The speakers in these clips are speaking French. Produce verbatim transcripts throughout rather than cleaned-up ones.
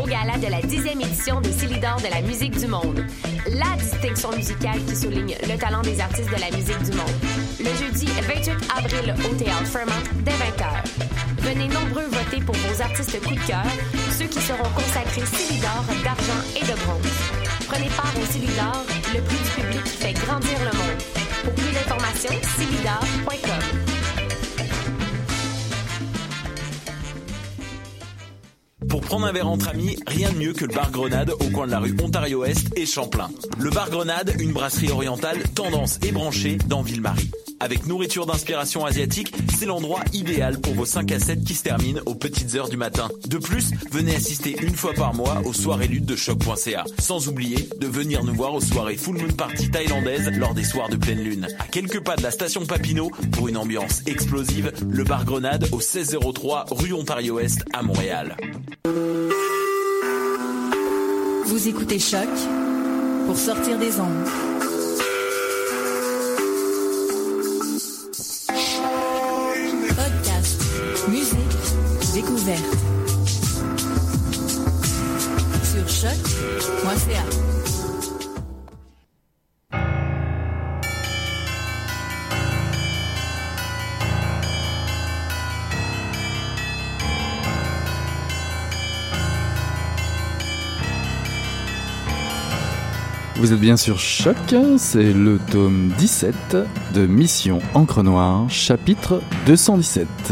au gala de la dixième édition des Célidors de la musique du monde. La distinction musicale qui souligne le talent des artistes de la musique du monde. Le jeudi vingt-huit avril au Théâtre Fairmont dès vingt heures. Venez nombreux voter pour vos artistes coup de cœur, ceux qui seront consacrés Célidors d'argent et de bronze. Prenez part au Célidors, le prix du public qui fait grandir le monde. Pour plus d'informations, célidors point com. Pour prendre un verre entre amis, rien de mieux que le bar Grenade au coin de la rue Ontario-Est et Champlain. Le bar Grenade, une brasserie orientale tendance et branchée dans Ville-Marie. Avec nourriture d'inspiration asiatique, c'est l'endroit idéal pour vos cinq à sept qui se terminent aux petites heures du matin. De plus, venez assister une fois par mois aux soirées luttes de choc point c a. Sans oublier de venir nous voir aux soirées Full Moon Party thaïlandaises lors des soirs de pleine lune. À quelques pas de la station Papineau, pour une ambiance explosive, le bar Grenade au seize zéro trois rue Ontario-Est à Montréal. Vous écoutez Choc pour sortir des ondes. Podcast, musique, découverte. Sur choc point c a. Vous êtes bien sur Choc, c'est le tome dix-sept de Mission Encre Noire, chapitre deux cent dix-sept.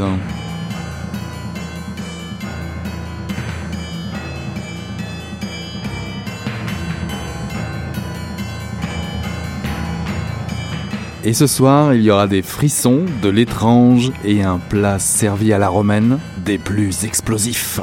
Et ce soir, il y aura des frissons, de l'étrange et un plat servi à la romaine, des plus explosifs.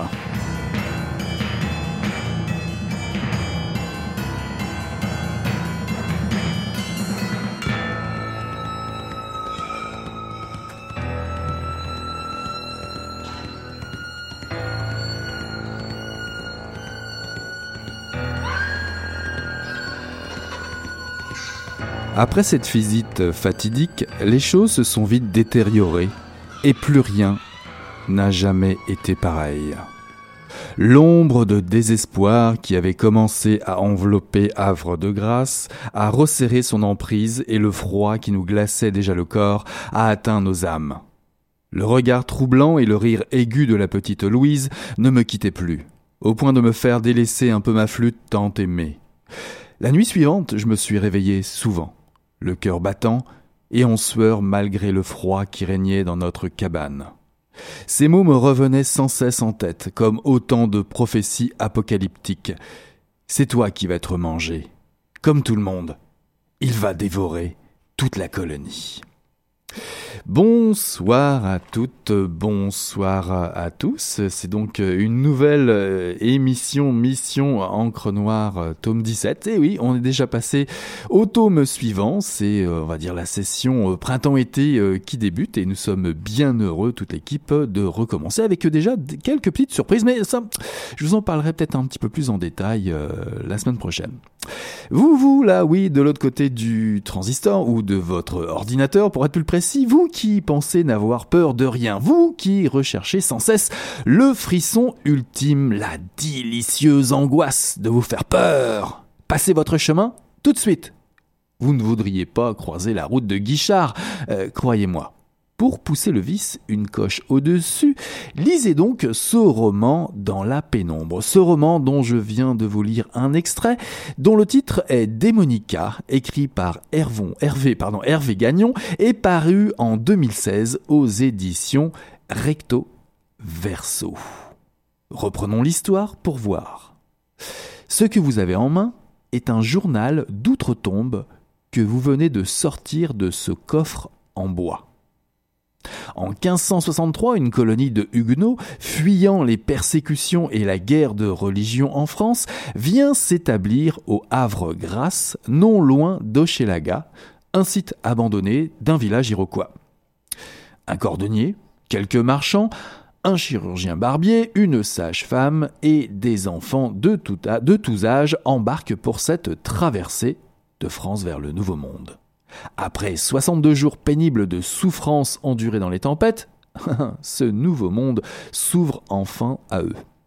Après cette visite fatidique, les choses se sont vite détériorées et plus rien n'a jamais été pareil. L'ombre de désespoir qui avait commencé à envelopper Havre de Grâce a resserré son emprise et le froid qui nous glaçait déjà le corps a atteint nos âmes. Le regard troublant et le rire aigu de la petite Louise ne me quittaient plus, au point de me faire délaisser un peu ma flûte tant aimée. La nuit suivante, je me suis réveillé souvent, le cœur battant et en sueur malgré le froid qui régnait dans notre cabane. Ces mots me revenaient sans cesse en tête, comme autant de prophéties apocalyptiques. C'est toi qui vas être mangé, comme tout le monde. Il va dévorer toute la colonie. Bonsoir à toutes, bonsoir à tous. C'est donc une nouvelle émission Mission Encre Noire, tome dix-sept. Et oui, on est déjà passé au tome suivant. C'est, on va dire, la session printemps-été qui débute. Et nous sommes bien heureux, toute l'équipe, de recommencer avec déjà quelques petites surprises. Mais ça, je vous en parlerai peut-être un petit peu plus en détail euh, la semaine prochaine. Vous, vous, là, oui, de l'autre côté du transistor ou de votre ordinateur, pour être plus précis, vous qui pensez n'avoir peur de rien, vous qui recherchez sans cesse le frisson ultime, la délicieuse angoisse de vous faire peur, passez votre chemin tout de suite. Vous ne voudriez pas croiser la route de Guichard, euh, croyez-moi. Pour pousser le vice une coche au-dessus, lisez donc ce roman dans la pénombre. Ce roman dont je viens de vous lire un extrait, dont le titre est Démonica, écrit par Hervon, Hervé, pardon, Hervé Gagnon, et paru en deux mille seize aux éditions Recto Verso. Reprenons l'histoire pour voir. Ce que vous avez en main est un journal d'outre-tombe que vous venez de sortir de ce coffre en bois. En quinze cent soixante-trois, une colonie de Huguenots, fuyant les persécutions et la guerre de religion en France, vient s'établir au Havre-Grâce, non loin d'Hochelaga, un site abandonné d'un village iroquois. Un cordonnier, quelques marchands, un chirurgien barbier, une sage-femme et des enfants de, tout a- de tous âges embarquent pour cette traversée de France vers le Nouveau Monde. Après soixante-deux jours pénibles de souffrances endurées dans les tempêtes, ce nouveau monde s'ouvre enfin à eux.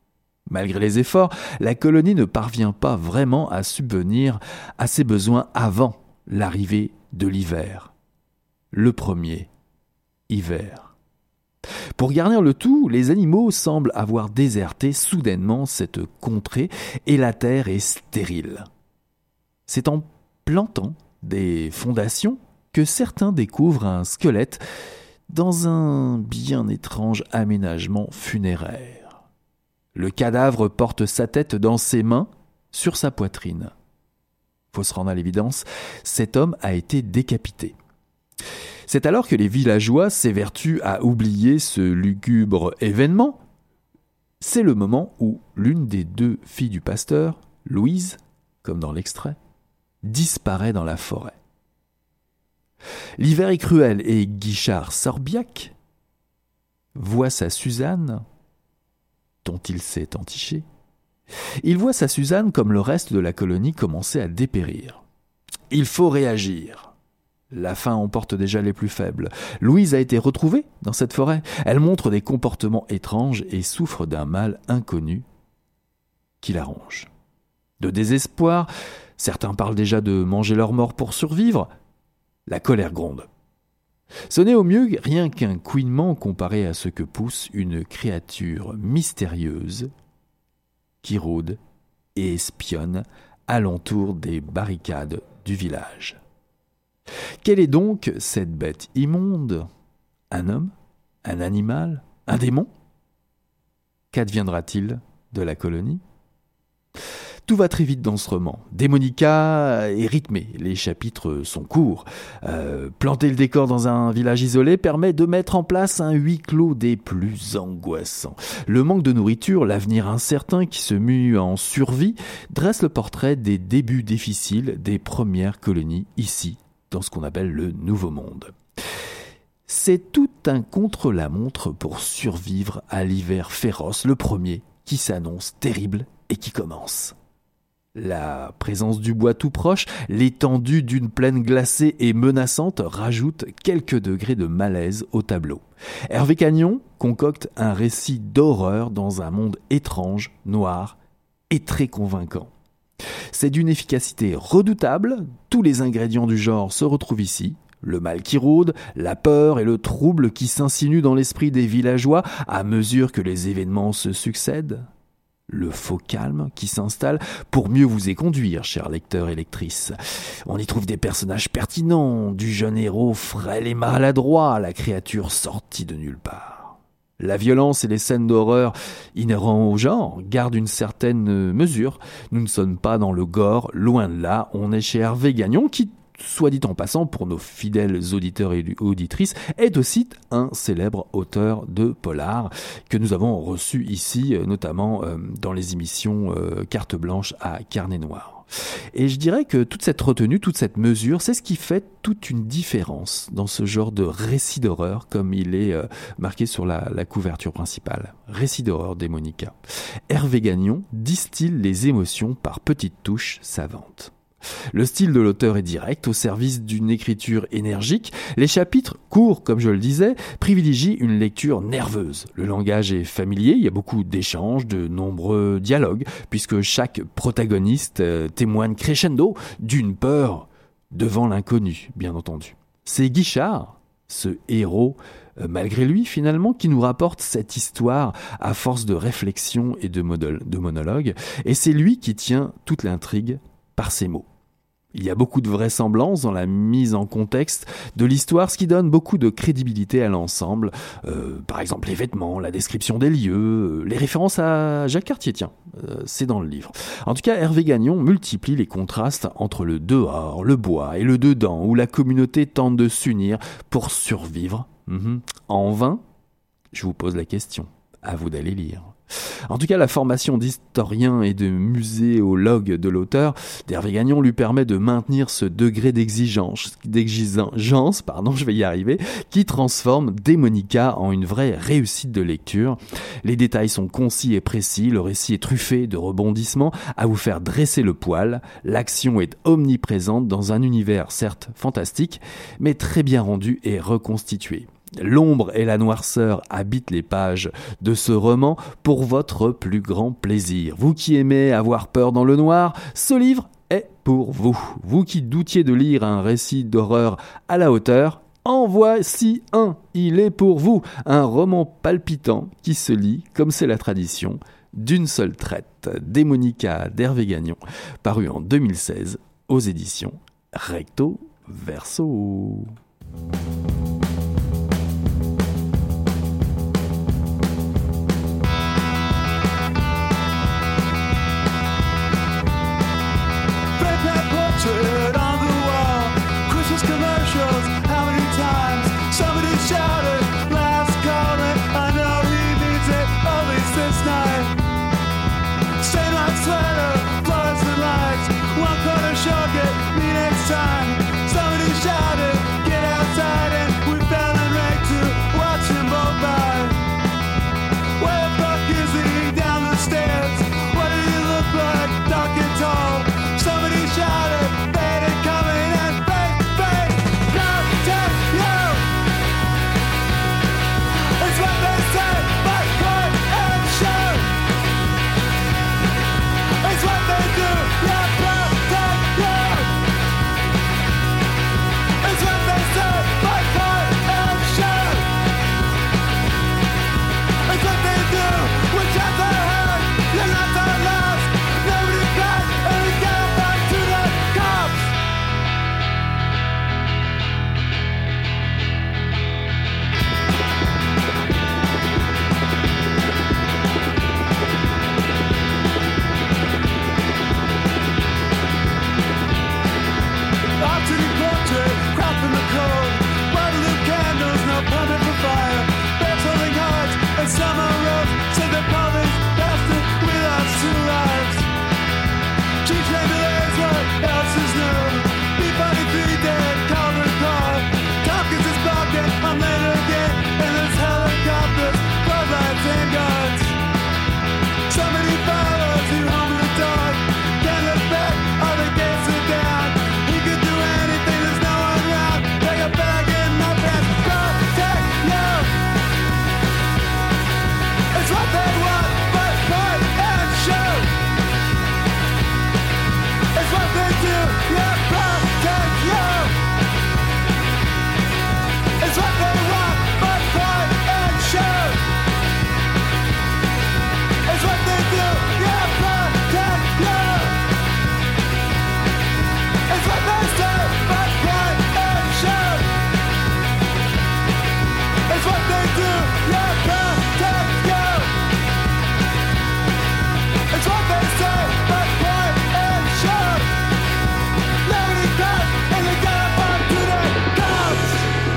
Malgré les efforts, la colonie ne parvient pas vraiment à subvenir à ses besoins avant l'arrivée de l'hiver. Le premier hiver. Pour garnir le tout, les animaux semblent avoir déserté soudainement cette contrée et la terre est stérile. C'est en plantant des fondations que certains découvrent un squelette dans un bien étrange aménagement funéraire. Le cadavre porte sa tête dans ses mains sur sa poitrine. Faut se rendre à l'évidence, cet homme a été décapité. C'est alors que les villageois s'évertuent à oublier ce lugubre événement. C'est le moment où l'une des deux filles du pasteur, Louise, comme dans l'extrait, disparaît dans la forêt. L'hiver est cruel et Guichard Sorbiac voit sa Suzanne, dont il s'est entiché. Il voit sa Suzanne comme le reste de la colonie commencer à dépérir. Il faut réagir. La faim emporte déjà les plus faibles. Louise a été retrouvée dans cette forêt. Elle montre des comportements étranges et souffre d'un mal inconnu qui la ronge. De désespoir, certains parlent déjà de manger leur mort pour survivre. La colère gronde. Ce n'est au mieux rien qu'un couinement comparé à ce que pousse une créature mystérieuse qui rôde et espionne alentour des barricades du village. Quelle est donc cette bête immonde ? Un homme ? Un animal ? Un démon ? Qu'adviendra-t-il de la colonie ? Tout va très vite dans ce roman. Démonica est rythmé, les chapitres sont courts. Euh, planter le décor dans un village isolé permet de mettre en place un huis clos des plus angoissants. Le manque de nourriture, l'avenir incertain qui se mue en survie, dresse le portrait des débuts difficiles des premières colonies ici, dans ce qu'on appelle le Nouveau Monde. C'est tout un contre-la-montre pour survivre à l'hiver féroce, le premier qui s'annonce terrible et qui commence. La présence du bois tout proche, l'étendue d'une plaine glacée et menaçante rajoute quelques degrés de malaise au tableau. Hervé Cagnon concocte un récit d'horreur dans un monde étrange, noir et très convaincant. C'est d'une efficacité redoutable, tous les ingrédients du genre se retrouvent ici. Le mal qui rôde, la peur et le trouble qui s'insinuent dans l'esprit des villageois à mesure que les événements se succèdent. Le faux calme qui s'installe pour mieux vous y conduire, chers lecteurs et lectrices. On y trouve des personnages pertinents, du jeune héros frêle et maladroit à la créature sortie de nulle part. La violence et les scènes d'horreur inhérents au genre gardent une certaine mesure. Nous ne sommes pas dans le gore, loin de là, on est chez Hervé Gagnon qui, soit dit en passant pour nos fidèles auditeurs et auditrices, est aussi un célèbre auteur de polar que nous avons reçu ici, notamment dans les émissions Carte Blanche à Carnet Noir. Et je dirais que toute cette retenue, toute cette mesure, c'est ce qui fait toute une différence dans ce genre de récit d'horreur, comme il est marqué sur la, la couverture principale. Récit d'horreur Démonica. Hervé Gagnon distille les émotions par petites touches savantes. Le style de l'auteur est direct, au service d'une écriture énergique. Les chapitres, courts comme je le disais, privilégient une lecture nerveuse. Le langage est familier, il y a beaucoup d'échanges, de nombreux dialogues, puisque chaque protagoniste euh, témoigne crescendo d'une peur devant l'inconnu, bien entendu. C'est Guichard, ce héros, euh, malgré lui finalement, qui nous rapporte cette histoire à force de réflexion et de, modèle, de monologue, et c'est lui qui tient toute l'intrigue par ses mots. Il y a beaucoup de vraisemblance dans la mise en contexte de l'histoire, ce qui donne beaucoup de crédibilité à l'ensemble. Euh, par exemple, les vêtements, la description des lieux, euh, les références à Jacques Cartier, tiens, euh, c'est dans le livre. En tout cas, Hervé Gagnon multiplie les contrastes entre le dehors, le bois et le dedans, où la communauté tente de s'unir pour survivre. Mmh. En vain, je vous pose la question. À vous d'aller lire. En tout cas, la formation d'historien et de muséologue de l'auteur d'Hervé Gagnon lui permet de maintenir ce degré d'exigence, d'exigence, pardon, je vais y arriver, qui transforme Démonica en une vraie réussite de lecture. Les détails sont concis et précis, le récit est truffé de rebondissements à vous faire dresser le poil. L'action est omniprésente dans un univers certes fantastique, mais très bien rendu et reconstitué. L'ombre et la noirceur habitent les pages de ce roman pour votre plus grand plaisir. Vous qui aimez avoir peur dans le noir, ce livre est pour vous. Vous qui doutiez de lire un récit d'horreur à la hauteur, en voici un. Il est pour vous. Un roman palpitant qui se lit, comme c'est la tradition, d'une seule traite. Démonica d'Hervé Gagnon, paru en deux mille seize aux éditions Recto Verso. Portrait on the wall, Christmas commercials, how many times somebody shouted, last comment, I know he needs it, at least this night. Stained white sweater, fluorescent lights, one corner short it, me next time. Somebody shouted, get outside, and we fell in rank to watch him go by. Where the fuck is he down the stairs? What did he look like, dark and tall? Somebody shouted, they ain't coming and fake, fake, come take you. It's what they say, but court and show. It's what they do, yeah, protect you. It's what they say, but court and show. It's what they do, which has their head, you're not their last. Nobody got any got back to the cops. Alternate portrait, crap in the cold. Waterloo candles, no permit for fire. Bears holding hearts and summer roads. Said the police bastard, we lost two lives. Chief chandeliers, what else is new? B forty-three dead, Calvert car. Tompkins is blocking, I'm late again. And there's helicopters, floodlights and guards. Somebody follows you home in the dark. Can't look back, all the gates are down. He could do anything, there's no one around. Take a bag in my pants, protect you. It's what they want, but point and show. It's what they do, yeah, protect you. It's what they want, but point and show. It's what they do, yeah, protect you. It's what they say, but point and show. It's what they do, yeah, protect you. It's what they say, but point and show. Nobody got, and they got up onto the cops.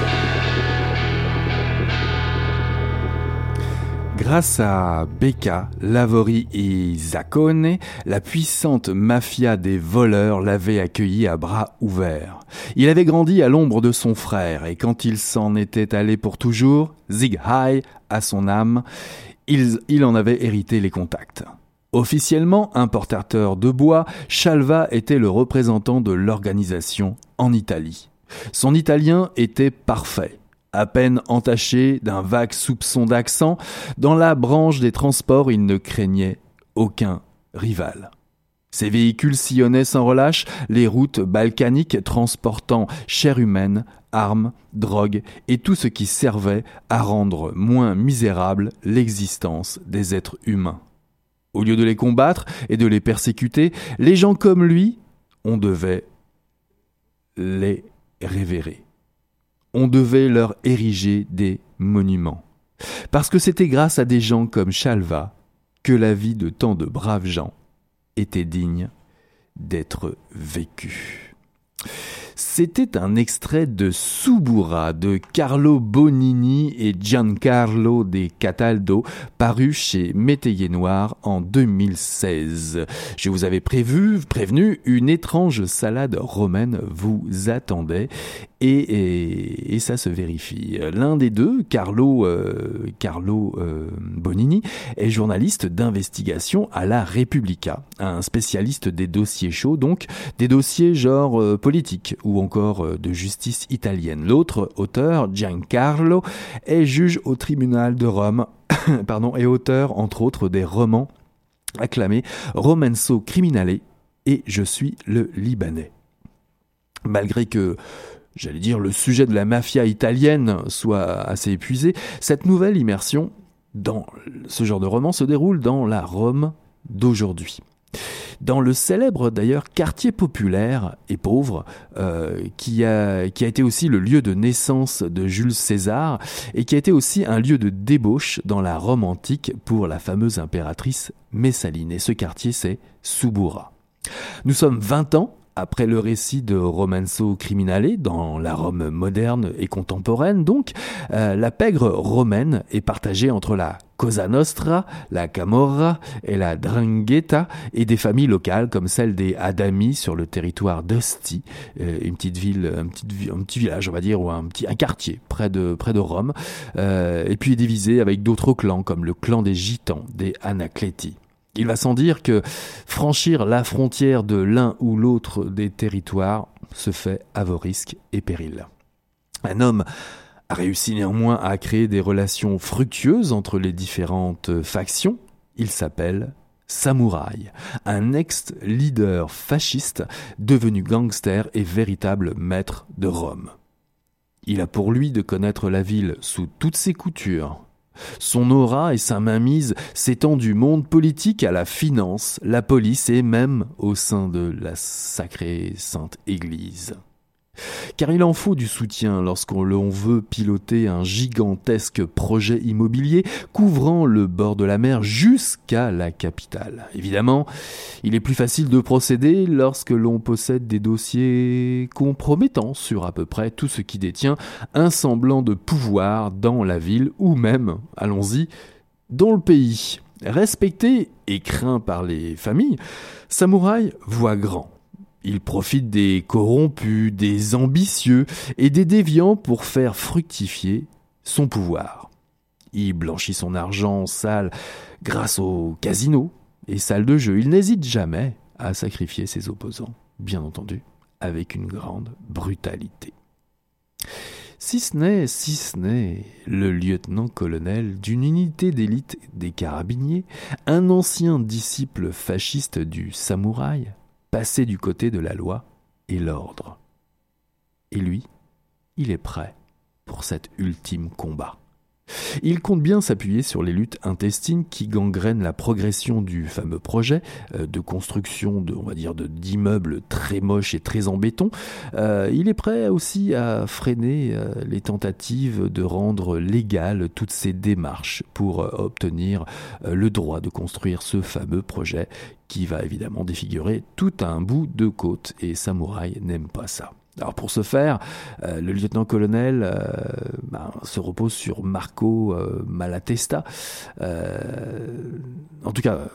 Grâce à Becca, Lavori et Zaccone, la puissante mafia des voleurs l'avait accueilli à bras ouverts. Il avait grandi à l'ombre de son frère et quand il s'en était allé pour toujours, Zig Heil à son âme, il, il en avait hérité les contacts. Officiellement importateur de bois, Chalva était le représentant de l'organisation en Italie. Son italien était parfait. À peine entaché d'un vague soupçon d'accent, dans la branche des transports, il ne craignait aucun rival. Ses véhicules sillonnaient sans relâche les routes balkaniques transportant chair humaine, armes, drogues et tout ce qui servait à rendre moins misérable l'existence des êtres humains. Au lieu de les combattre et de les persécuter, les gens comme lui, on devait les révérer. On devait leur ériger des monuments. Parce que c'était grâce à des gens comme Chalva que la vie de tant de braves gens était digne d'être vécue. C'était un extrait de Subura de Carlo Bonini et Giancarlo De Cataldo, paru chez Métayer Noir en deux mille seize. Je vous avais prévu, prévenu, une étrange salade romaine vous attendait et, et, et ça se vérifie. L'un des deux, Carlo, euh, Carlo euh, Bonini, est journaliste d'investigation à la Repubblica, un spécialiste des dossiers chauds, donc des dossiers genre euh, politiques ou encore de justice italienne. L'autre auteur, Giancarlo, est juge au tribunal de Rome pardon, et auteur, entre autres, des romans acclamés Romanzo Criminale et Je suis le Libanais. Malgré que, j'allais dire, le sujet de la mafia italienne soit assez épuisé, cette nouvelle immersion dans ce genre de roman se déroule dans la Rome d'aujourd'hui. Dans le célèbre d'ailleurs quartier populaire et pauvre euh, qui a qui a été aussi le lieu de naissance de Jules César et qui a été aussi un lieu de débauche dans la Rome antique pour la fameuse impératrice Messaline. Et ce quartier, c'est Suburra. Nous sommes vingt ans après le récit de Romanzo Criminale, dans la Rome moderne et contemporaine, donc, euh, la pègre romaine est partagée entre la Cosa Nostra, la Camorra et la Drangheta, et des familles locales comme celle des Adami sur le territoire d'Asti, euh, une petite ville, un petit, un petit village, on va dire, ou un petit, un quartier près de, près de Rome, euh, et puis est divisé avec d'autres clans comme le clan des Gitans, des Anacleti. Il va sans dire que franchir la frontière de l'un ou l'autre des territoires se fait à vos risques et périls. Un homme a réussi néanmoins à créer des relations fructueuses entre les différentes factions. Il s'appelle Samouraï, un ex-leader fasciste devenu gangster et véritable maître de Rome. Il a pour lui de connaître la ville sous toutes ses coutures. Son aura et sa mainmise s'étendent du monde politique à la finance, la police et même au sein de la sacrée Sainte Église. Car il en faut du soutien lorsqu'on l'on veut piloter un gigantesque projet immobilier couvrant le bord de la mer jusqu'à la capitale. Évidemment, il est plus facile de procéder lorsque l'on possède des dossiers compromettants sur à peu près tout ce qui détient un semblant de pouvoir dans la ville ou même, allons-y, dans le pays. Respecté et craint par les familles, Samouraï voit grand. Il profite des corrompus, des ambitieux et des déviants pour faire fructifier son pouvoir. Il blanchit son argent sale grâce aux casinos et salles de jeu. Il n'hésite jamais à sacrifier ses opposants, bien entendu, avec une grande brutalité. Si ce n'est, si ce n'est le lieutenant-colonel d'une unité d'élite des carabiniers, un ancien disciple fasciste du samouraï, passé du côté de la loi et l'ordre. Et lui, il est prêt pour cet ultime combat. Il compte bien s'appuyer sur les luttes intestines qui gangrènent la progression du fameux projet euh, de construction de, on va dire, de, d'immeubles très moches et très en béton. Euh, il est prêt aussi à freiner euh, les tentatives de rendre légales toutes ces démarches pour euh, obtenir euh, le droit de construire ce fameux projet qui va évidemment défigurer tout un bout de côte, et Samouraï n'aime pas ça. Alors pour ce faire, euh, le lieutenant-colonel euh, ben, se repose sur Marco euh, Malatesta, euh, en tout cas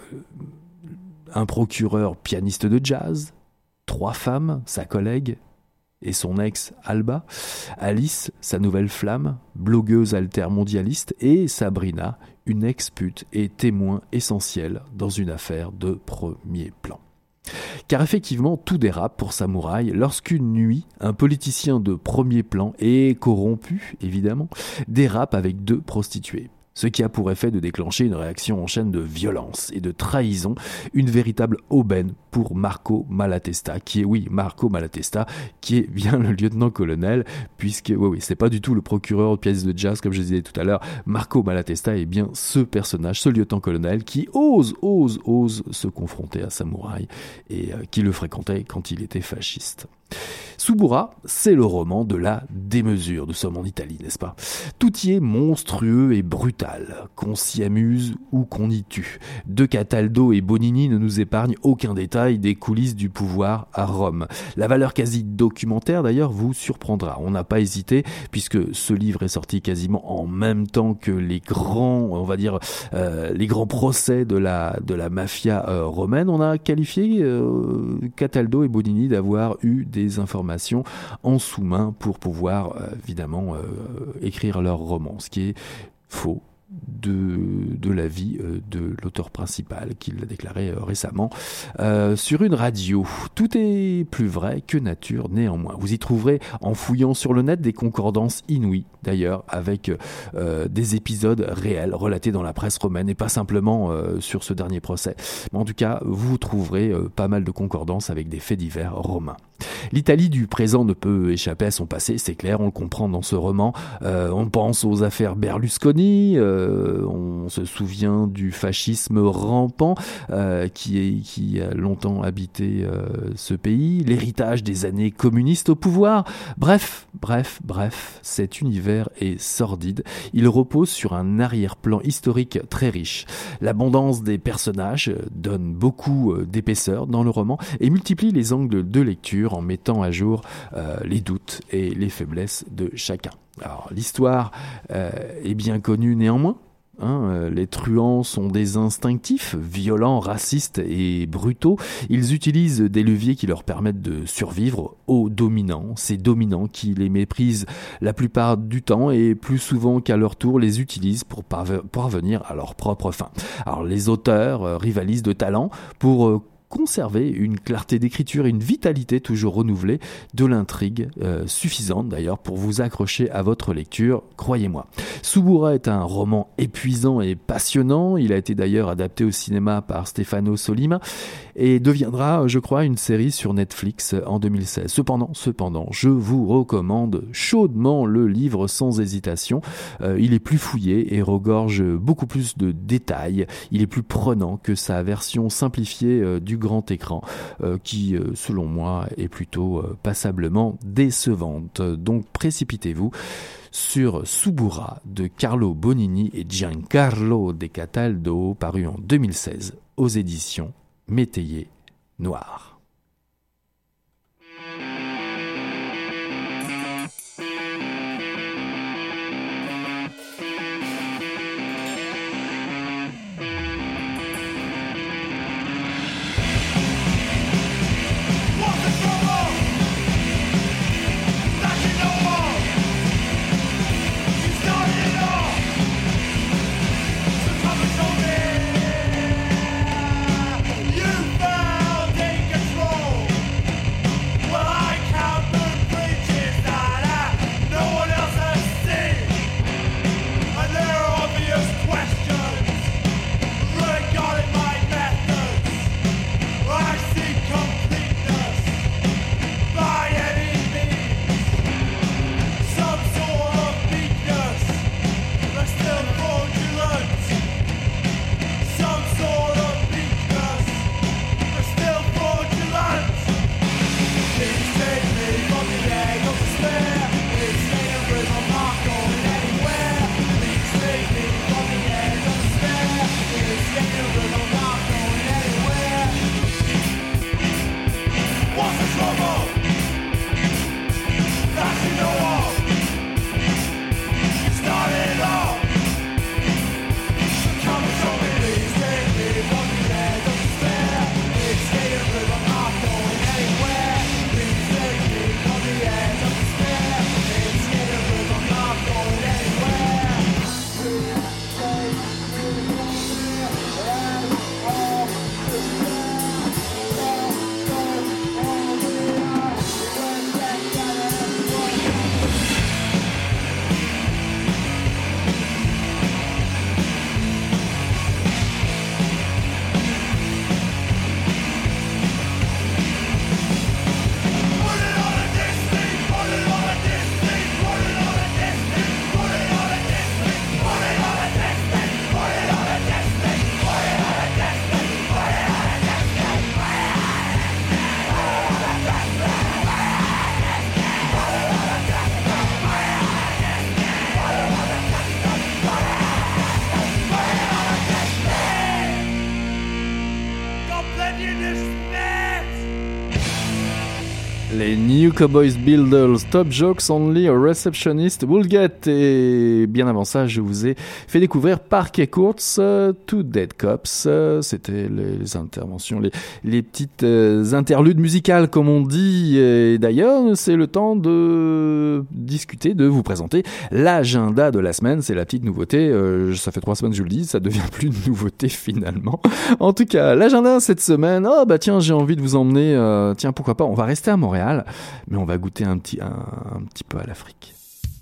un procureur pianiste de jazz, trois femmes, sa collègue et son ex Alba, Alice, sa nouvelle flamme, blogueuse altermondialiste, et Sabrina, une ex-pute et témoin essentiel dans une affaire de premier plan. Car effectivement, tout dérape pour Samouraï lorsqu'une nuit, un politicien de premier plan et corrompu, évidemment, dérape avec deux prostituées. Ce qui a pour effet de déclencher une réaction en chaîne de violence et de trahison, une véritable aubaine pour Marco Malatesta, qui est, oui, Marco Malatesta, qui est bien le lieutenant-colonel, puisque, oui, oui, c'est pas du tout le procureur de pièces de jazz, comme je disais tout à l'heure. Marco Malatesta est bien ce personnage, ce lieutenant-colonel, qui ose, ose, ose se confronter à Samouraï, et euh, qui le fréquentait quand il était fasciste. Suburra, c'est le roman de la démesure. Nous sommes en Italie, n'est-ce pas? Tout y est monstrueux et brutal, qu'on s'y amuse ou qu'on y tue. De Cataldo et Bonini ne nous épargnent aucun détail des coulisses du pouvoir à Rome. La valeur quasi documentaire, d'ailleurs, vous surprendra. On n'a pas hésité, puisque ce livre est sorti quasiment en même temps que les grands, on va dire, euh, les grands procès de la, de la mafia euh, romaine. On a qualifié euh, Cataldo et Bonini d'avoir eu des informations en sous-main pour pouvoir euh, évidemment euh, écrire leur roman, ce qui est faux, de, de la vie euh, de l'auteur principal, qu'il a déclaré euh, récemment euh, sur une radio. Tout est plus vrai que nature, néanmoins. Vous y trouverez, en fouillant sur le net, des concordances inouïes, d'ailleurs, avec euh, des épisodes réels relatés dans la presse romaine, et pas simplement euh, sur ce dernier procès. Mais en tout cas, vous trouverez euh, pas mal de concordances avec des faits divers romains. L'Italie du présent ne peut échapper à son passé, c'est clair, on le comprend dans ce roman. Euh, on pense aux affaires Berlusconi, euh, on se souvient du fascisme rampant euh, qui, est, qui a longtemps habité euh, ce pays, l'héritage des années communistes au pouvoir. Bref, bref, bref, cet univers est sordide. Il repose sur un arrière-plan historique très riche. L'abondance des personnages donne beaucoup d'épaisseur dans le roman et multiplie les angles de lecture en mettant à jour euh, les doutes et les faiblesses de chacun. Alors, l'histoire euh, est bien connue néanmoins. Hein, euh, les truands sont des instinctifs, violents, racistes et brutaux. Ils utilisent des leviers qui leur permettent de survivre aux dominants, ces dominants qui les méprisent la plupart du temps et plus souvent qu'à leur tour les utilisent pour parve- parvenir à leur propre fin. Alors les auteurs euh, rivalisent de talent pour euh, conserver une clarté d'écriture et une vitalité toujours renouvelée de l'intrigue, euh, suffisante d'ailleurs pour vous accrocher à votre lecture, croyez-moi. Suburra est un roman épuisant et passionnant, il a été d'ailleurs adapté au cinéma par Stefano Sollima et deviendra, je crois, une série sur Netflix en deux mille seize. Cependant, cependant, je vous recommande chaudement le livre sans hésitation. Euh, il est plus fouillé et regorge beaucoup plus de détails. Il est plus prenant que sa version simplifiée euh, du grand écran, euh, qui, euh, selon moi, est plutôt euh, passablement décevante. Donc, précipitez-vous sur Suburra de Carlo Bonini et Giancarlo De Cataldo, paru en deux mille seize aux éditions Métayer Noir. You found a Les New Cowboys Builders, Top Jokes Only a Receptionist Will Get. Et bien avant ça, je vous ai fait découvrir Parquet Courts, uh, Two Dead Cops. Uh, c'était les, les interventions, les, les petites euh, interludes musicales, comme on dit. Et d'ailleurs, c'est le temps de discuter, de vous présenter l'agenda de la semaine. C'est la petite nouveauté. Euh, ça fait trois semaines que je le dis, ça devient plus une nouveauté finalement. En tout cas, l'agenda cette semaine. Oh bah tiens, j'ai envie de vous emmener. Euh, tiens, pourquoi pas, on va rester à Montréal, mais on va goûter un petit, un, un petit peu à l'Afrique.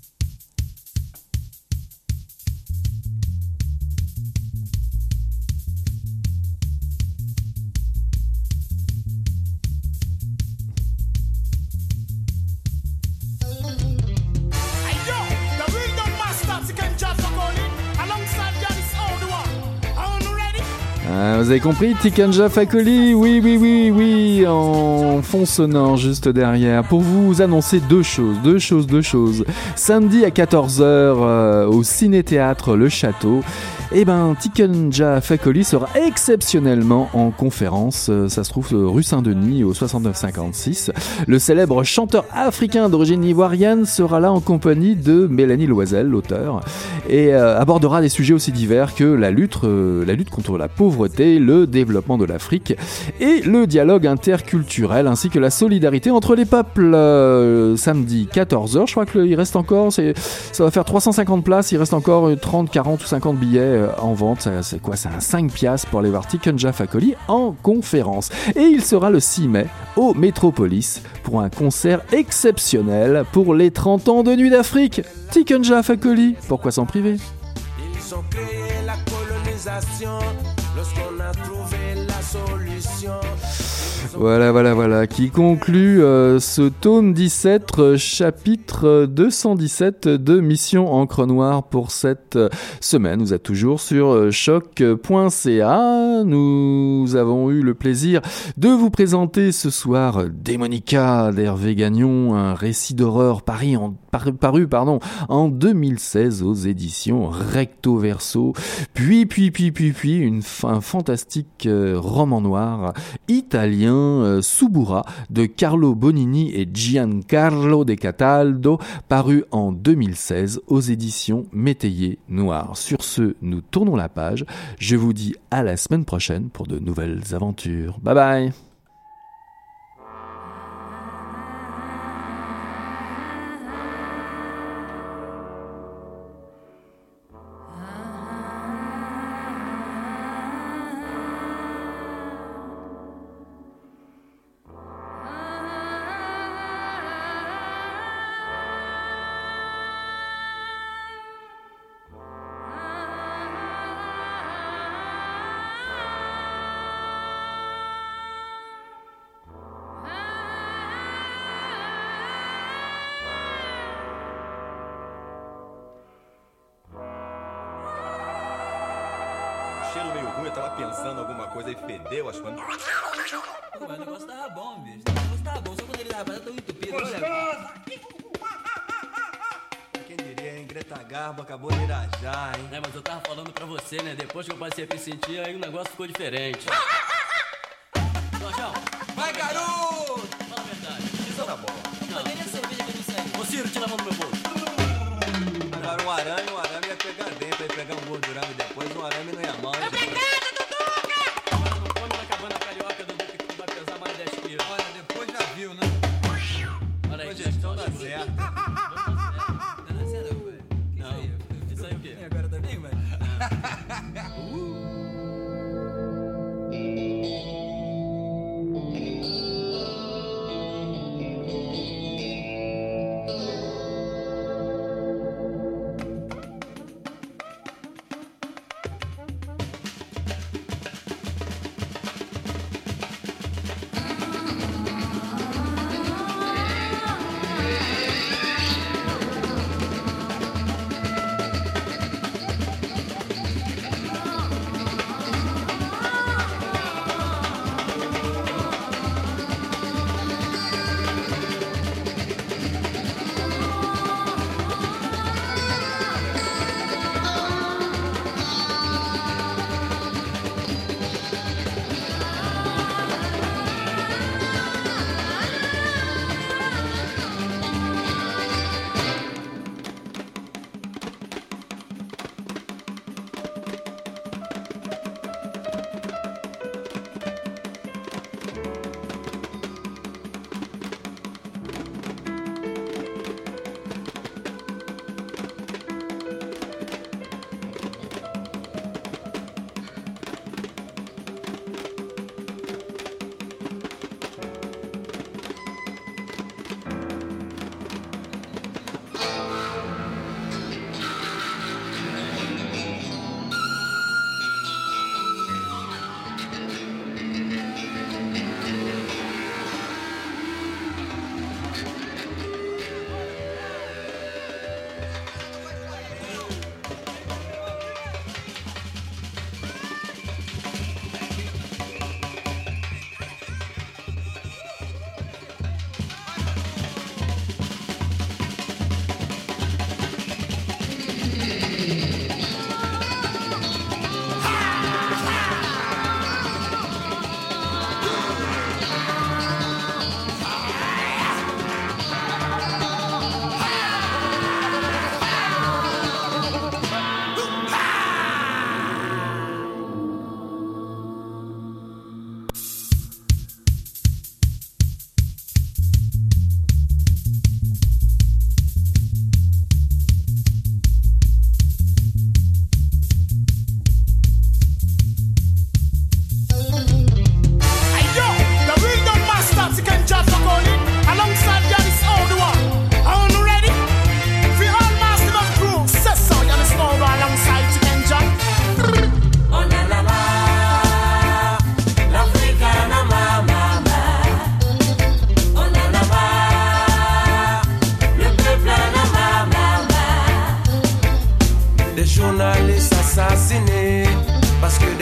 Ah, vous avez compris, Tikanja Fakoli, oui, oui, oui, oui, en fond sonore juste derrière, pour vous annoncer deux choses, deux choses, deux choses. Samedi à quatorze heures euh, au Ciné-Théâtre Le Château, eh ben, Tikanja Fakoli sera exceptionnellement en conférence. Ça se trouve rue Saint-Denis au soixante-neuf cinquante-six. Le célèbre chanteur africain d'origine ivoirienne sera là en compagnie de Mélanie Loisel, l'auteur, et euh, abordera des sujets aussi divers que la lutte, euh, la lutte contre la pauvreté, le développement de l'Afrique et le dialogue interculturel, ainsi que la solidarité entre les peuples. Euh, samedi quatorze heures, je crois qu'il reste encore, c'est, ça va faire trois cent cinquante places, il reste encore trente, quarante ou cinquante billets en vente. C'est quoi? C'est un cinq piastres pour aller voir Tikanja Fakoli en conférence. Et il sera le six mai au Métropolis pour un concert exceptionnel pour les trente ans de Nuit d'Afrique. Tikanja Fakoli, pourquoi s'en priver? Ils ont créé la colonisation lorsqu'on a trouvé la solution. Voilà, voilà, voilà, qui conclut euh, ce tome dix-sept, euh, chapitre deux cent dix-sept de Mission Encre Noire pour cette euh, semaine. Vous êtes toujours sur euh, choc point c a. Nous avons eu le plaisir de vous présenter ce soir Démonica d'Hervé Gagnon, un récit d'horreur paru en, paru, paru pardon, en deux mille seize aux éditions Recto Verso. Puis, puis, puis, puis, puis, une, un fantastique euh, roman noir italien, euh, Subura, de Carlo Bonini et Giancarlo De Cataldo, paru en deux mille seize aux éditions Métayer Noir. Sur ce, nous tournons la page. Je vous dis à la semaine prochaine pour de nouvelles aventures. Bye bye! Cheiro meio ruim, eu tava pensando alguma coisa e fedeu, acho que... Pô, mas o negócio tava bom, bicho. O negócio tava bom, só quando ele tava tão entupido. Quem diria, hein? Greta Garbo acabou de irajar, hein? É, mas eu tava falando pra você, né? Depois que eu passei a me sentir, aí o negócio ficou diferente. Jorjão! Vai, garoto! Fala a verdade. Isso tá bom. Não, nem a cerveja que eu disse aí. Ô, Ciro, tira a mão do meu bolso. Agora um arame, um arame ia pegar dentro, ia pegar um gordurame depois, um arame não ia mal. É pecado, Duduca! Agora não come na cabana carioca, Dudu, que vai pesar mais dez quilos. Olha, depois já viu, né? Olha aí, Hoje gestão da tá fruta. certo. Tá dando certo, velho? Não. Isso aí o quê? E agora também, velho?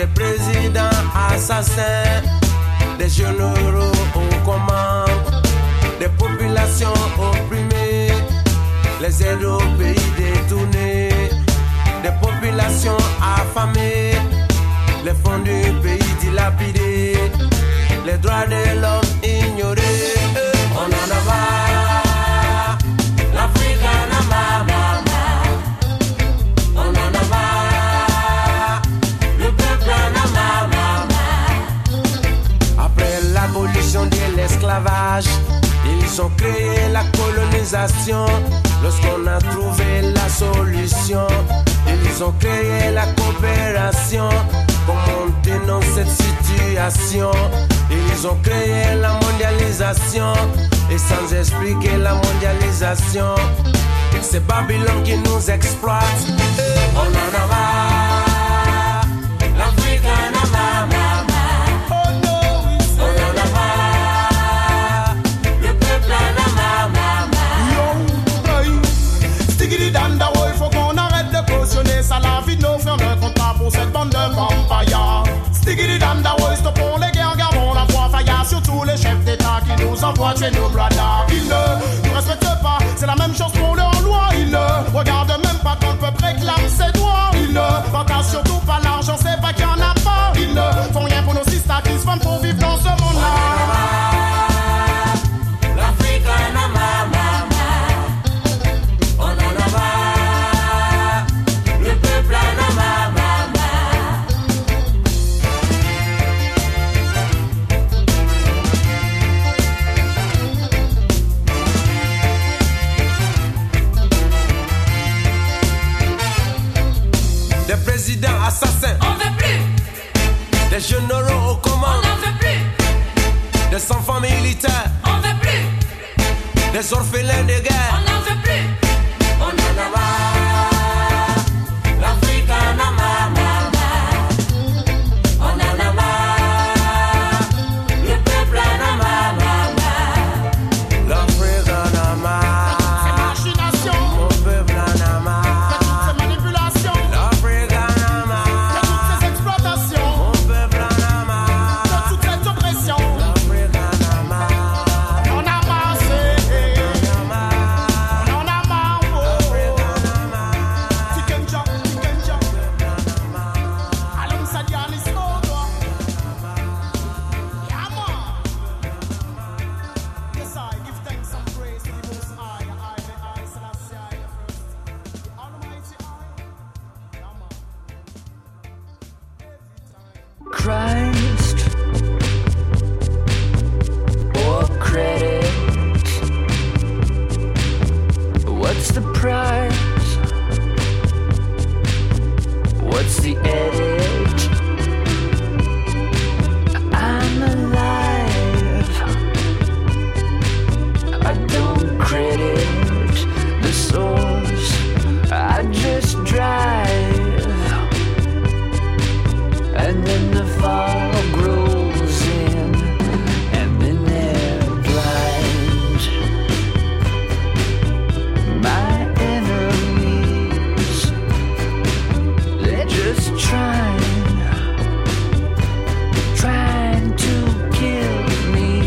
des présidents assassins, des généraux aux commandes, des populations opprimées, les aides au pays détournés, des populations affamées, les fonds du pays dilapidés, les droits de l'homme ignorés. On en a marre, l'Afrique en a marre, marre. On en a marre, le peuple en a marre, marre. Après l'abolition de l'esclavage, ils ont créé la colonisation. Lorsqu'on a trouvé la solution, ils ont créé la coopération. Comment dénoncer cette situation? Ils ont créé la mondialisation. Et sans expliquer la mondialisation, c'est Babylone qui nous exploite. On en a marre, l'Afrique en a marre, marre, marre. Oh no, on en a marre, le peuple en a marre, marre, marre. Yo, hey, stickity dan da ouais, faut qu'on arrête de cautionner ça. La vie de nos frères ne compte pas pour cette bande de vampires. Stickity dan da ouais, stoppons les guerres, gardons la voie faillard. Surtout les chefs d'État qui nous envoient chez nos brothers. Ils ne nous respectent pas, c'est la même chose pour leur loi. Ils ne regardent même pas quand le peuple réclame ses droits. Ils ne partagent surtout pas l'argent, c'est pas qu'il y en a pas. Ils ne font rien pour nos sisters qui se font pour vivre dans ce monde-là. L'Afrique en a marre, marre, marre. On en a marre, le peuple en a marre, marre, marre. Des présidents assassins, On veut plus, des généraux aux commandes, on n'en veut plus, des enfants militaires, on veut plus, des orphelins de guerre. on n'en veut plus. On en a marre, l'Afrique en a marre, marre, marre. On en a marre, le peuple en a marre, marre, marre. L'Afrique en a marre, Ces machinations, mon peuple en a de marre. toutes ces manipulations, L'Afrique en a de marre, toutes ces exploitations, mon peuple en a de marre. toute cette oppression. L'Afrique en a marre, On en a marre, c'est- on en a marre. on en a marre, oh. L'Afrique en a marre, Chicken chop, chicken chop. on en a marre. Alum Sadian is over. Yeah, man. Yes, I give thanks and praise to the Most High. I, the I, Selassie, I, the first. The Almighty I. Yeah, man. Every time. Christ or credit? What's the price? What's the edit? I'm alive. I don't credit the source. I just drive. And then the fog rolls in, and then they're blind. My enemies, they're just trying, trying to kill me.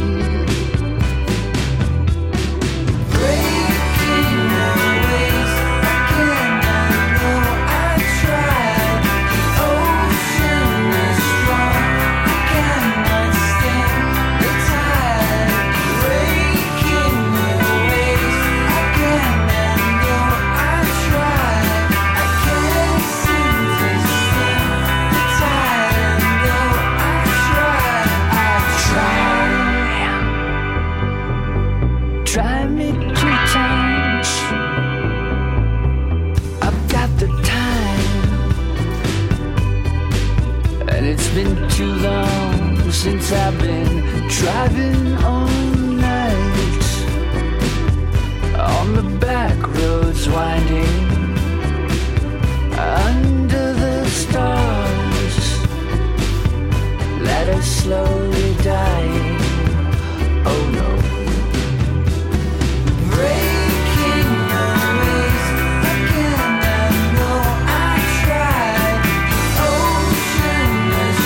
Breaking my ways again, I know I tried. The ocean is strong, I cannot stand the tide. Breaking my ways again, I know I tried. I can't seem to stand the tide. I know I tried. I tried. Try me two times. I've got the time, and it's been too long since I've been driving all night on the back roads winding under the stars. Let us slowly dying. Oh no. Breaking my ways again, I know I tried. The ocean is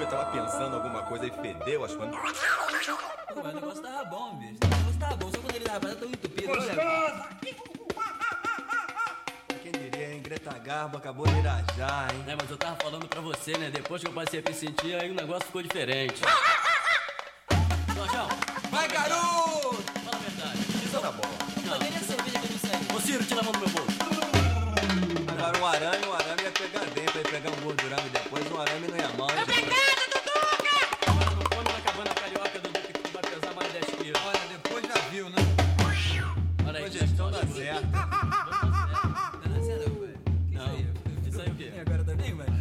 eu tava pensando alguma coisa e fedeu as coisas. Pô, mas o negócio tava bom, bicho. O negócio tava bom, só quando ele tava tão entupido. Olha. Quem diria, hein? Greta Garbo acabou de irajar, hein? É, mas eu tava falando pra você, né? Depois que eu passei a me sentir, aí o negócio ficou diferente. Jorjão! Vai, garoto! Fala a verdade. Isso tá bom. Não, nem a cerveja que eu não sei. Ô, Ciro, tira a mão do meu bolso. Agora um arame, um arame ia pegar dentro, ia pegar um gordurão e depois um arame não ia mal. É pecado, Duduca! Agora não come na cabana carioca, Duduca, que tu vai pesar mais dez quilos. Olha, depois já viu, né? Olha aí, a gestão dá certo. Tá dando certo, velho? Não, isso aí o quê? E agora também, velho?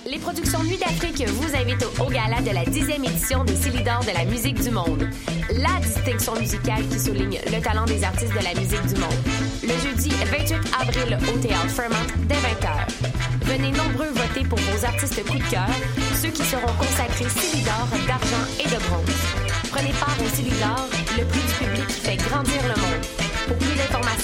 Les productions Nuit d'Afrique vous invitent au, au gala de la dixième édition des Célidors de la musique du monde. La distinction musicale qui souligne le talent des artistes de la musique du monde. Le jeudi vingt-huit avril au Théâtre Fairmont dès vingt heures. Venez nombreux voter pour vos artistes coup de cœur, ceux qui seront consacrés Célidors d'argent et de bronze. Prenez part au Célidor, le prix du public qui fait grandir le monde. Pour plus d'informations,